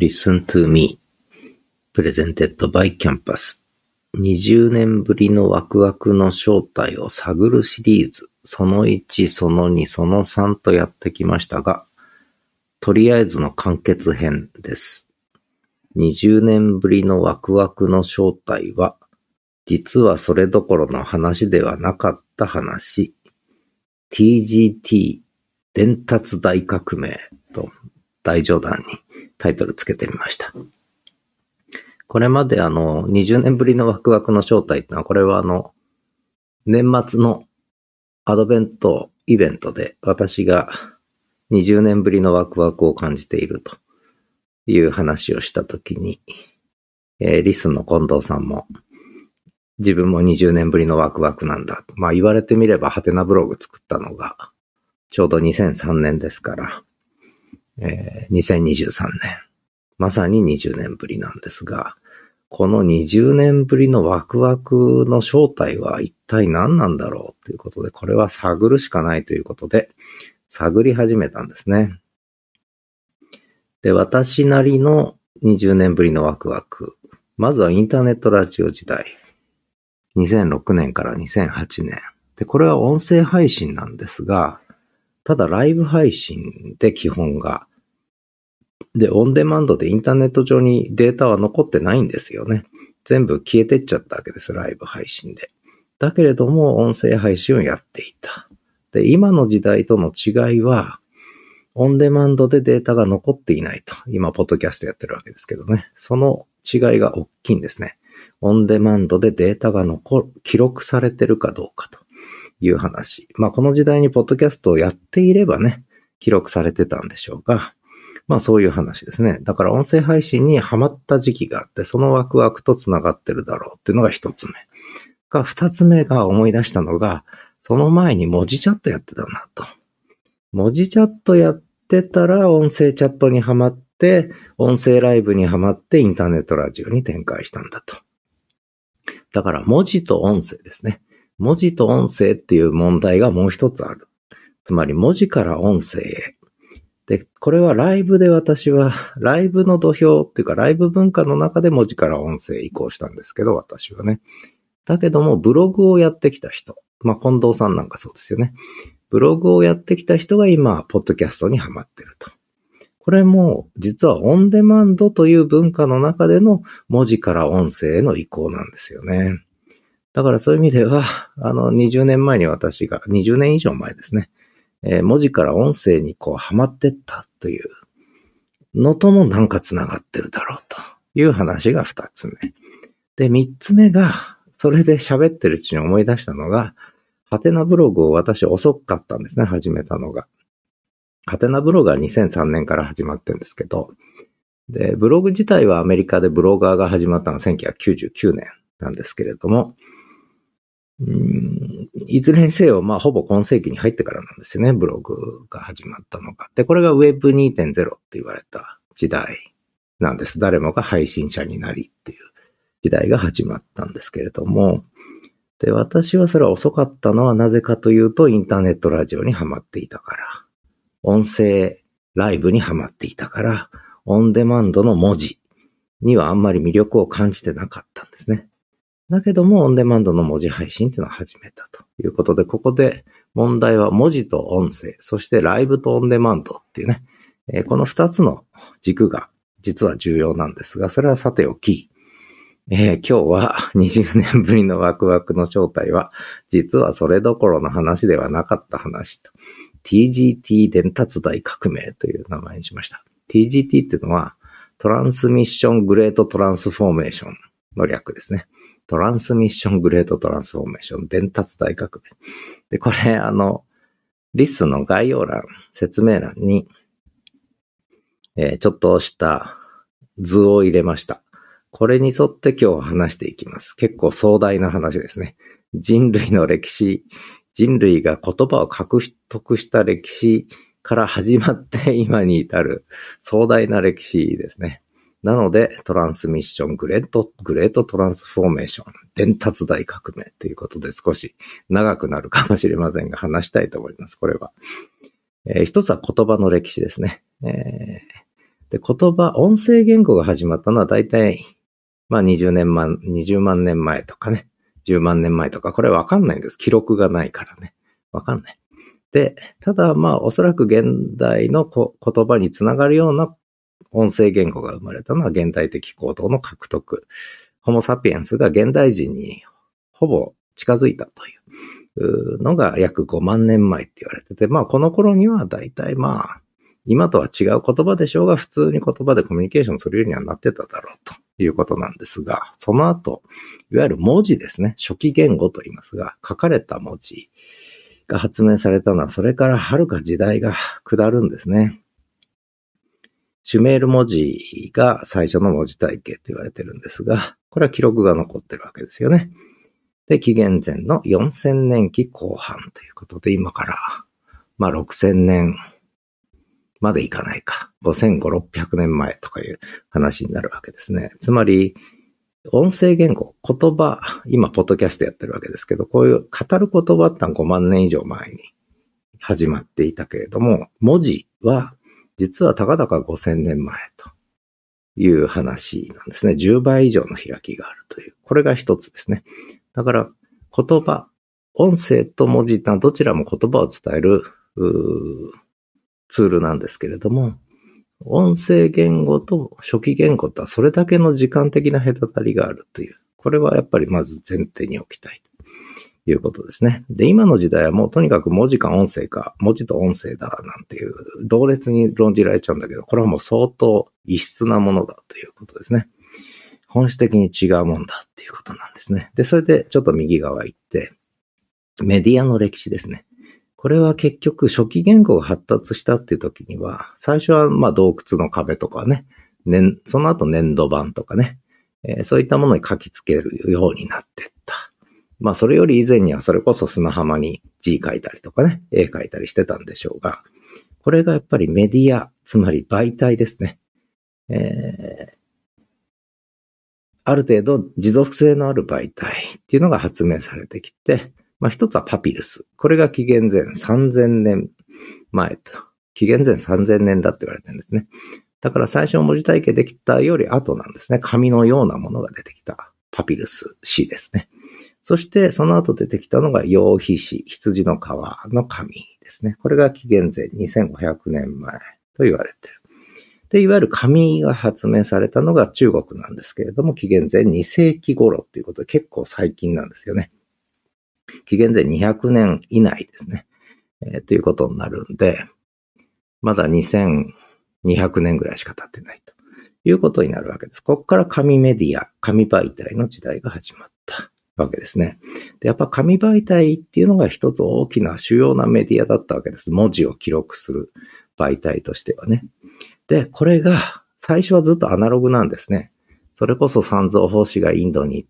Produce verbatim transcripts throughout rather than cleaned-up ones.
Listen to me Presented by Campus にじゅうねんぶりのワクワクの正体を探るシリーズそのいち、そのに、そのさんとやってきましたが、とりあえずの完結編です。にじゅうねんぶりのワクワクの正体は、実はそれどころの話ではなかった話、ティージーティー 伝達大革命と大冗談にタイトルつけてみました。これまであのにじゅうねんぶりのワクワクの正体ってのは、これはあの年末のアドベントイベントで私がにじゅうねんぶりのワクワクを感じているという話をしたときに、えー、リスンの近藤さんも自分もにじゅうねんぶりのワクワクなんだ。まあ言われてみればハテナブログ作ったのがちょうどにせんさんねんですから、えー、にせんにじゅうさんねん。まさににじゅうねんぶりなんですが、このにじゅうねんぶりのワクワクの正体は一体何なんだろうということで、これは探るしかないということで、探り始めたんですね。で、私なりのにじゅうねんぶりのワクワク。まずはインターネットラジオ時代。にせんろくねんからにせんはちねん。で、これは音声配信なんですが、ただライブ配信で基本が。で、オンデマンドでインターネット上にデータは残ってないんですよね。全部消えてっちゃったわけです、ライブ配信で。だけれども、音声配信をやっていた。で、今の時代との違いは、オンデマンドでデータが残っていないと。今、ポッドキャストやってるわけですけどね。その違いが大きいんですね。オンデマンドでデータが残る、記録されてるかどうかという話。まあ、この時代にポッドキャストをやっていればね、記録されてたんでしょうが、まあそういう話ですね。だから音声配信にハマった時期があって、そのワクワクとつながってるだろうっていうのが一つ目。が、二つ目が思い出したのが、その前に文字チャットやってたなと。文字チャットやってたら音声チャットにハマって、音声ライブにハマってインターネットラジオに展開したんだと。だから文字と音声ですね。文字と音声っていう問題がもう一つある。つまり文字から音声へ。で、これはライブで私は、ライブの土俵っていうかライブ文化の中で文字から音声移行したんですけど、私はね。だけども、ブログをやってきた人。まあ、近藤さんなんかそうですよね。ブログをやってきた人が今、ポッドキャストにハマってると。これも、実はオンデマンドという文化の中での文字から音声への移行なんですよね。だからそういう意味では、あの、にじゅうねんまえに私が、にじゅうねん以上前ですね。えー、文字から音声にこうハマってったというのともなんかつながってるだろうという話が二つ目。で、三つ目が、それで喋ってるうちに思い出したのが、ハテナブログを私遅かったんですね、始めたのが。ハテナブログはにせんさんねんから始まってるんですけど、で、ブログ自体はアメリカでブロガーが始まったのはせんきゅうひゃくきゅうじゅうきゅうねんなんですけれども、うーんいずれにせよ、まあ、ほぼ今世紀に入ってからなんですよね、ブログが始まったのが。で、これが ウェブにてんゼロ って言われた時代なんです。誰もが配信者になりっていう時代が始まったんですけれども、で、私はそれは遅かったのはなぜかというと、インターネットラジオにハマっていたから、音声ライブにハマっていたから、オンデマンドの文字にはあんまり魅力を感じてなかったんですね。だけども、オンデマンドの文字配信っていうのを始めたということで、ここで問題は文字と音声、そしてライブとオンデマンドっていうね、えー、この二つの軸が実は重要なんですが、それはさておき、えー、今日はにじゅうねんぶりのワクワクの正体は、実はそれどころの話ではなかった話と。ティージーティー 伝達大革命という名前にしました。ティージーティー っていうのは、トランスミッショングレートトランスフォーメーションの略ですね。トランスミッショングレートトランスフォーメーション、伝達大革命。で、これ、あの、リスの概要欄、説明欄に、えー、ちょっとした図を入れました。これに沿って今日話していきます。結構壮大な話ですね。人類の歴史、人類が言葉を獲得した歴史から始まって今に至る壮大な歴史ですね。なので、トランスミッショングレート、グレートトランスフォーメーション、伝達大革命ということで少し長くなるかもしれませんが話したいと思います。これは。えー、一つは言葉の歴史ですね。えー、 で、言葉、音声言語が始まったのは大体、まあにじゅうねんまん、にじゅうまんねんまえとかね、じゅうまんねんまえとか、これわかんないんです。記録がないからね。わかんない。で、ただまあおそらく現代のこ言葉につながるような音声言語が生まれたのは現代的行動の獲得。ホモサピエンスが現代人にほぼ近づいたというのが約ごまんねんまえって言われてて、まあこの頃には大体まあ今とは違う言葉でしょうが普通に言葉でコミュニケーションするようにはなってただろうということなんですが、その後、いわゆる文字ですね、初期言語と言いますが、書かれた文字が発明されたのはそれからはるか時代が下るんですね。シュメール文字が最初の文字体系と言われてるんですが、これは記録が残ってるわけですよね。で、紀元前のよんせんねんきこう半ということで、今から、まあろくせんねんまでいかないか。ごせんごひゃく、ろっぴゃくねんまえとかいう話になるわけですね。つまり、音声言語、言葉、今、ポッドキャストやってるわけですけど、こういう語る言葉ってのはごまんねん以上前に始まっていたけれども、文字は実はたかだかごせんねんまえという話なんですね。じゅうばい以上の開きがあるという。これが一つですね。だから、言葉、音声と文字ってのはどちらも言葉を伝えるツールなんですけれども、音声言語と初期言語とはそれだけの時間的な隔たりがあるという。これはやっぱりまず前提に置きたいということですね。で、今の時代はもうとにかく文字か音声か、文字と音声だなんていう同列に論じられちゃうんだけど、これはもう相当異質なものだということですね。本質的に違うもんだっていうことなんですね。で、それでちょっと右側行って、メディアの歴史ですね。これは結局初期言語が発達したっていう時には、最初はまあ洞窟の壁とかね、ねその後粘土板とかね、えー、そういったものに書きつけるようになっていった。まあそれより以前にはそれこそ砂浜に字書いたりとかね、絵書いたりしてたんでしょうが、これがやっぱりメディア、つまり媒体ですね。えー、ある程度持続性のある媒体っていうのが発明されてきて、まあ一つはパピルス。これが紀元前さんぜんねんまえと。紀元前さんぜんねんだって言われてるんですね。だから最初文字体系できたより後なんですね。紙のようなものが出てきたパピルス紙ですね。そしてその後出てきたのが羊皮紙、羊の皮の紙ですね。これが紀元前にせんごひゃくねんまえと言われている。で、いわゆる紙が発明されたのが中国なんですけれども、紀元前にせいき頃ということで結構最近なんですよね。紀元前にひゃくねん以内ですね。えー、ということになるんで、まだにせんにひゃくねんぐらいしか経ってないということになるわけです。ここから紙メディア、紙媒体の時代が始まったわけですね。で、やっぱ紙媒体っていうのが一つ大きな主要なメディアだったわけです。文字を記録する媒体としてはね。で、これが最初はずっとアナログなんですね。それこそ三蔵法師がインドに行って、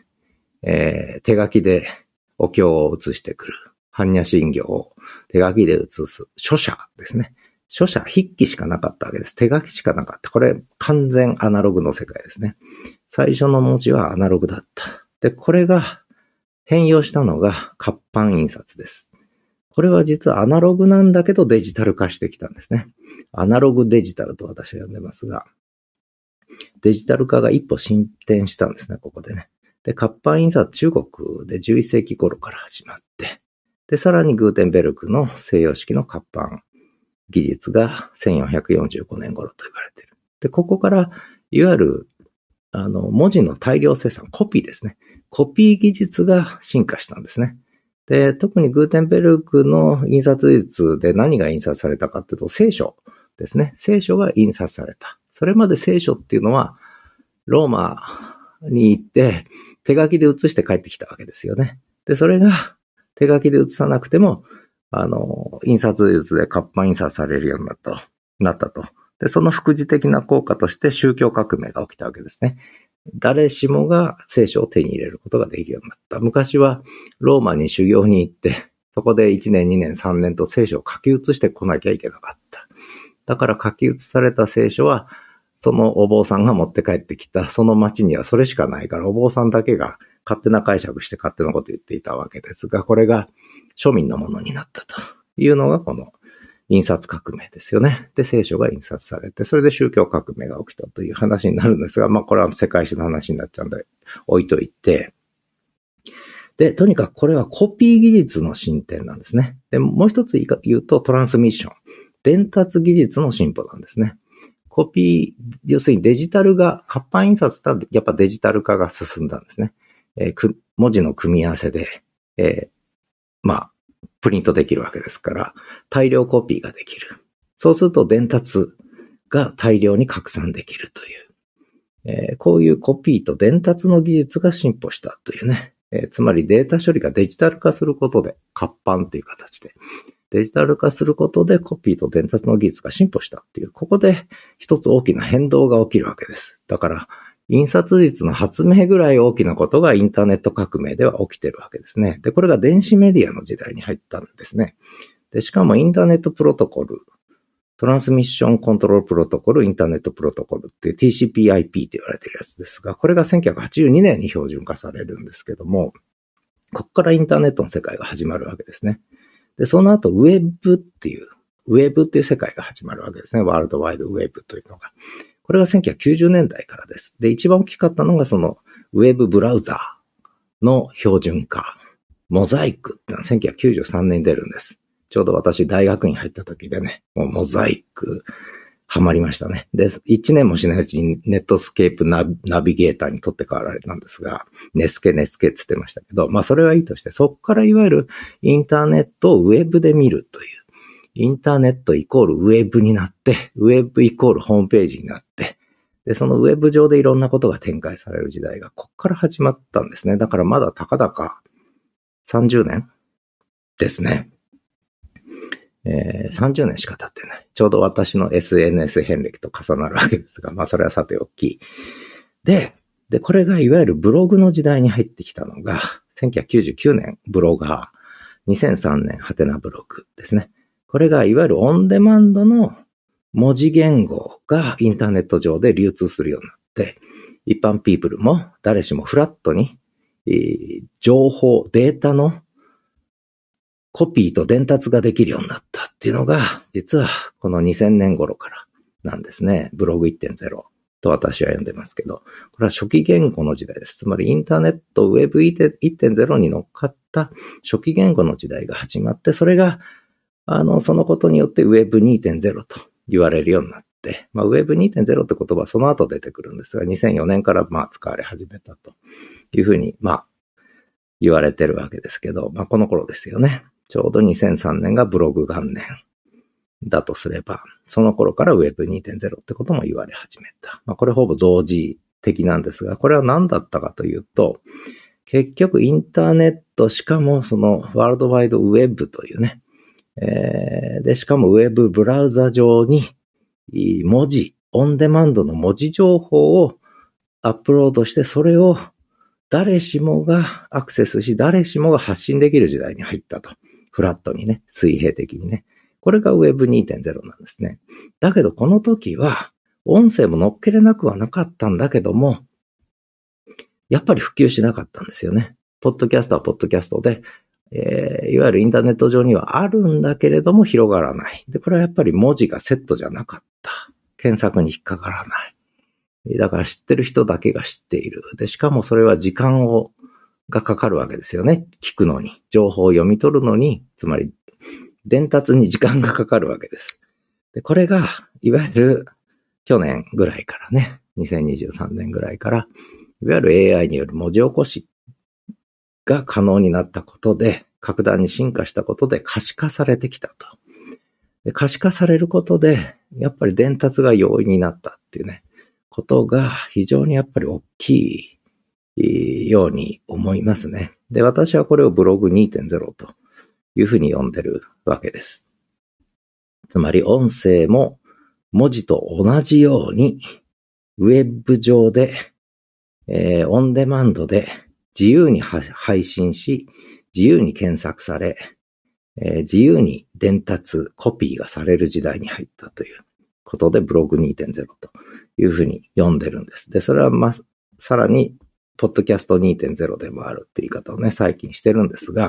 えー、手書きでお経を写してくる。般若心経を手書きで写す。書写ですね。書写、筆記しかなかったわけです。手書きしかなかった。これ完全アナログの世界ですね。最初の文字はアナログだった。で、これが変容したのが活版印刷です。これは実はアナログなんだけどデジタル化してきたんですね。アナログデジタルと私は呼んでますが、デジタル化が一歩進展したんですね、ここでね。で、活版印刷中国でじゅういっせいき頃から始まって、で、さらにグーテンベルクの西洋式の活版技術がせんよんひゃくよんじゅうごねん頃と言われている。で、ここから、いわゆる、あの、文字の大量生産、コピーですね。コピー技術が進化したんですね。で、特にグーテンベルクの印刷術で何が印刷されたかっていうと、聖書ですね。聖書が印刷された。それまで聖書っていうのは、ローマに行って、手書きで写して帰ってきたわけですよね。で、それが手書きで写さなくても、あの、印刷術で活版印刷されるようになった、なったと。で、その副次的な効果として宗教革命が起きたわけですね。誰しもが聖書を手に入れることができるようになった。昔はローマに修行に行って、そこでいちねん、にねん、さんねんと聖書を書き写してこなきゃいけなかった。だから書き写された聖書は、そのお坊さんが持って帰ってきた、その町にはそれしかないから、お坊さんだけが勝手な解釈して勝手なこと言っていたわけですが、これが庶民のものになったというのがこの印刷革命ですよね。で、聖書が印刷されて、それで宗教革命が起きたという話になるんですが、まあこれは世界史の話になっちゃうんで置いといて、で、とにかくこれはコピー技術の進展なんですね。で、もう一つ言うとトランスミッション。伝達技術の進歩なんですね。コピー、要するにデジタルが、活版印刷だとやっぱデジタル化が進んだんですね。えー、く文字の組み合わせで、えー、まあ、プリントできるわけですから、大量コピーができる。そうすると伝達が大量に拡散できるという。えー、こういうコピーと伝達の技術が進歩したというね。えー、つまりデータ処理がデジタル化することで、活版という形で。デジタル化することでコピーと伝達の技術が進歩したっていう、ここで一つ大きな変動が起きるわけです。だから、印刷術の発明ぐらい大きなことがインターネット革命では起きてるわけですね。で、これが電子メディアの時代に入ったんですね。で、しかもインターネットプロトコル、トランスミッションコントロールプロトコル、インターネットプロトコルっていう ティーシーピーアイピー と言われてるやつですが、これがせんきゅうひゃくはちじゅうにねんに標準化されるんですけども、ここからインターネットの世界が始まるわけですね。で、その後、ウェブっていう、ウェブっていう世界が始まるわけですね。ワールドワイドウェブというのが。これがせんきゅうひゃくきゅうじゅうねんだいからです。で、一番大きかったのがその、ウェブブラウザーの標準化。モザイクってのはせんきゅうひゃくきゅうじゅうさんねんに出るんです。ちょうど私大学に入った時でね、もうモザイク、ハマりましたね。で、一年もしないうちにネットスケープナビ、ナビゲーターに取って代わられたんですが、ネスケネスケって言ってましたけど、まあそれはいいとして、そこからいわゆるインターネットをウェブで見るという、インターネットイコールウェブになって、ウェブイコールホームページになって、で、そのウェブ上でいろんなことが展開される時代がここから始まったんですね。だからまだたかだかさんじゅうねんですね。えー、さんじゅうねんしか経ってない。ちょうど私の エスエヌエス 遍歴と重なるわけですが、まあそれはさておき。で、で、これがいわゆるブログの時代に入ってきたのが、せんきゅうひゃくきゅうじゅうきゅうねんブロガー、にせんさんねんハテナブログですね。これがいわゆるオンデマンドの文字言語がインターネット上で流通するようになって、一般ピープルも誰しもフラットに、えー、情報、データのコピーと伝達ができるようになったっていうのが、実はこのにせんねん頃からなんですね。ブログ いってんゼロ と私は呼んでますけど、これは初期言語の時代です。つまりインターネット、ウェブ いってんゼロ に乗っかった初期言語の時代が始まって、それが、あの、そのことによって ウェブにてんゼロ と言われるようになって、まあ ウェブにてんゼロ って言葉はその後出てくるんですが、にせんよねんからまあ使われ始めたというふうに、まあ言われてるわけですけど、まあこの頃ですよね。ちょうどにせんさんねんがブログ元年だとすれば、その頃から ウェブにてんゼロ ってことも言われ始めた。まあこれほぼ同時的なんですが、これは何だったかというと、結局インターネットしかもそのワールドワイドウェブというね、えー、でしかもウェブブラウザ上に文字、オンデマンドの文字情報をアップロードして、それを誰しもがアクセスし、誰しもが発信できる時代に入ったと。フラットにね、水平的にね。これが ウェブにてんゼロ なんですね。だけどこの時は、音声も乗っけれなくはなかったんだけども、やっぱり普及しなかったんですよね。ポッドキャストはポッドキャストで、えー、いわゆるインターネット上にはあるんだけれども広がらない。で、これはやっぱり文字がセットじゃなかった。検索に引っかからない。だから知ってる人だけが知っている。で、しかもそれは時間を、がかかるわけですよね。聞くのに。情報を読み取るのに、つまり伝達に時間がかかるわけです。で、これが、いわゆる去年ぐらいからね、にせんにじゅうさんねんぐらいから、いわゆる エーアイ による文字起こしが可能になったことで、格段に進化したことで可視化されてきたと。で、可視化されることで、やっぱり伝達が容易になったっていうね、ことが非常にやっぱり大きいように思いますね。で、私はこれをブログ にてんゼロ というふうに呼んでるわけです。つまり音声も文字と同じようにウェブ上で、えー、オンデマンドで自由に配信し、自由に検索され、えー、自由に伝達、コピーがされる時代に入ったということでブログ にてんゼロ というふうに呼んでるんです。で、それはま、さらにポッドキャスト にてんゼロ でもあるって言い方をね、最近してるんですが、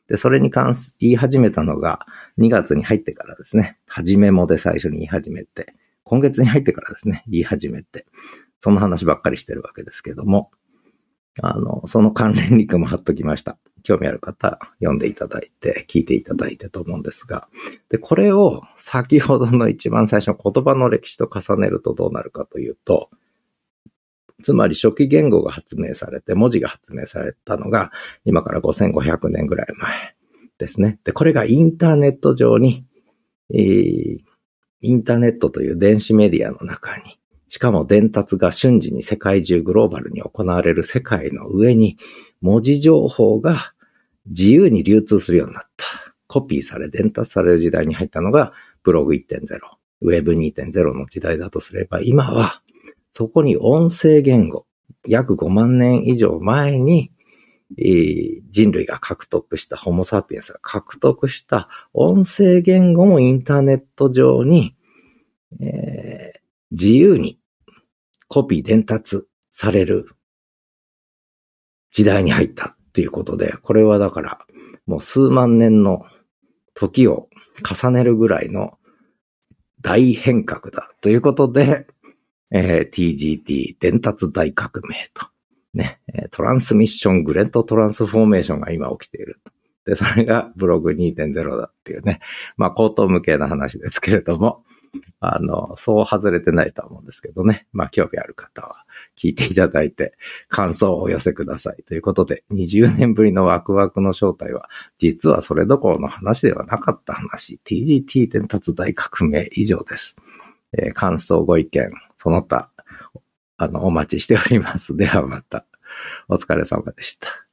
で、それに関す、言い始めたのがにがつに入ってからですね。はじめもで最初に言い始めて、今月に入ってからですね、言い始めて、その話ばっかりしてるわけですけども、あの、その関連リンクも貼っときました。興味ある方、読んでいただいて、聞いていただいてと思うんですが、で、これを先ほどの一番最初の言葉の歴史と重ねるとどうなるかというと、つまり初期言語が発明されて、文字が発明されたのが、今からごせんごひゃくねんぐらい前ですね。で、これがインターネット上に、えー、インターネットという電子メディアの中に、しかも伝達が瞬時に世界中グローバルに行われる世界の上に、文字情報が自由に流通するようになった。コピーされ、伝達される時代に入ったのが、ブログ いってんゼロ、ウェブ にてんゼロ の時代だとすれば、今は、そこに音声言語、約ごまんねん以上前に、えー、人類が獲得した、ホモサピエンスが獲得した音声言語もインターネット上に、えー、自由にコピー伝達される時代に入ったっていうことで、これはだからもう数万年の時を重ねるぐらいの大変革だということで、えー、ティージーティー 伝達大革命とね、トランスミッショングレッドトランスフォーメーションが今起きている。で、それがブログ にてんゼロ だっていうね、まあ口頭無形な話ですけれども、あの、そう外れてないとは思うんですけどね。まあ興味ある方は聞いていただいて感想をお寄せくださいということで、にじゅうねんぶりのワクワクの正体は実はそれどころの話ではなかった話、ティージーティー 伝達大革命以上です。えー、感想ご意見その他あのお待ちしております。ではまたお疲れ様でした。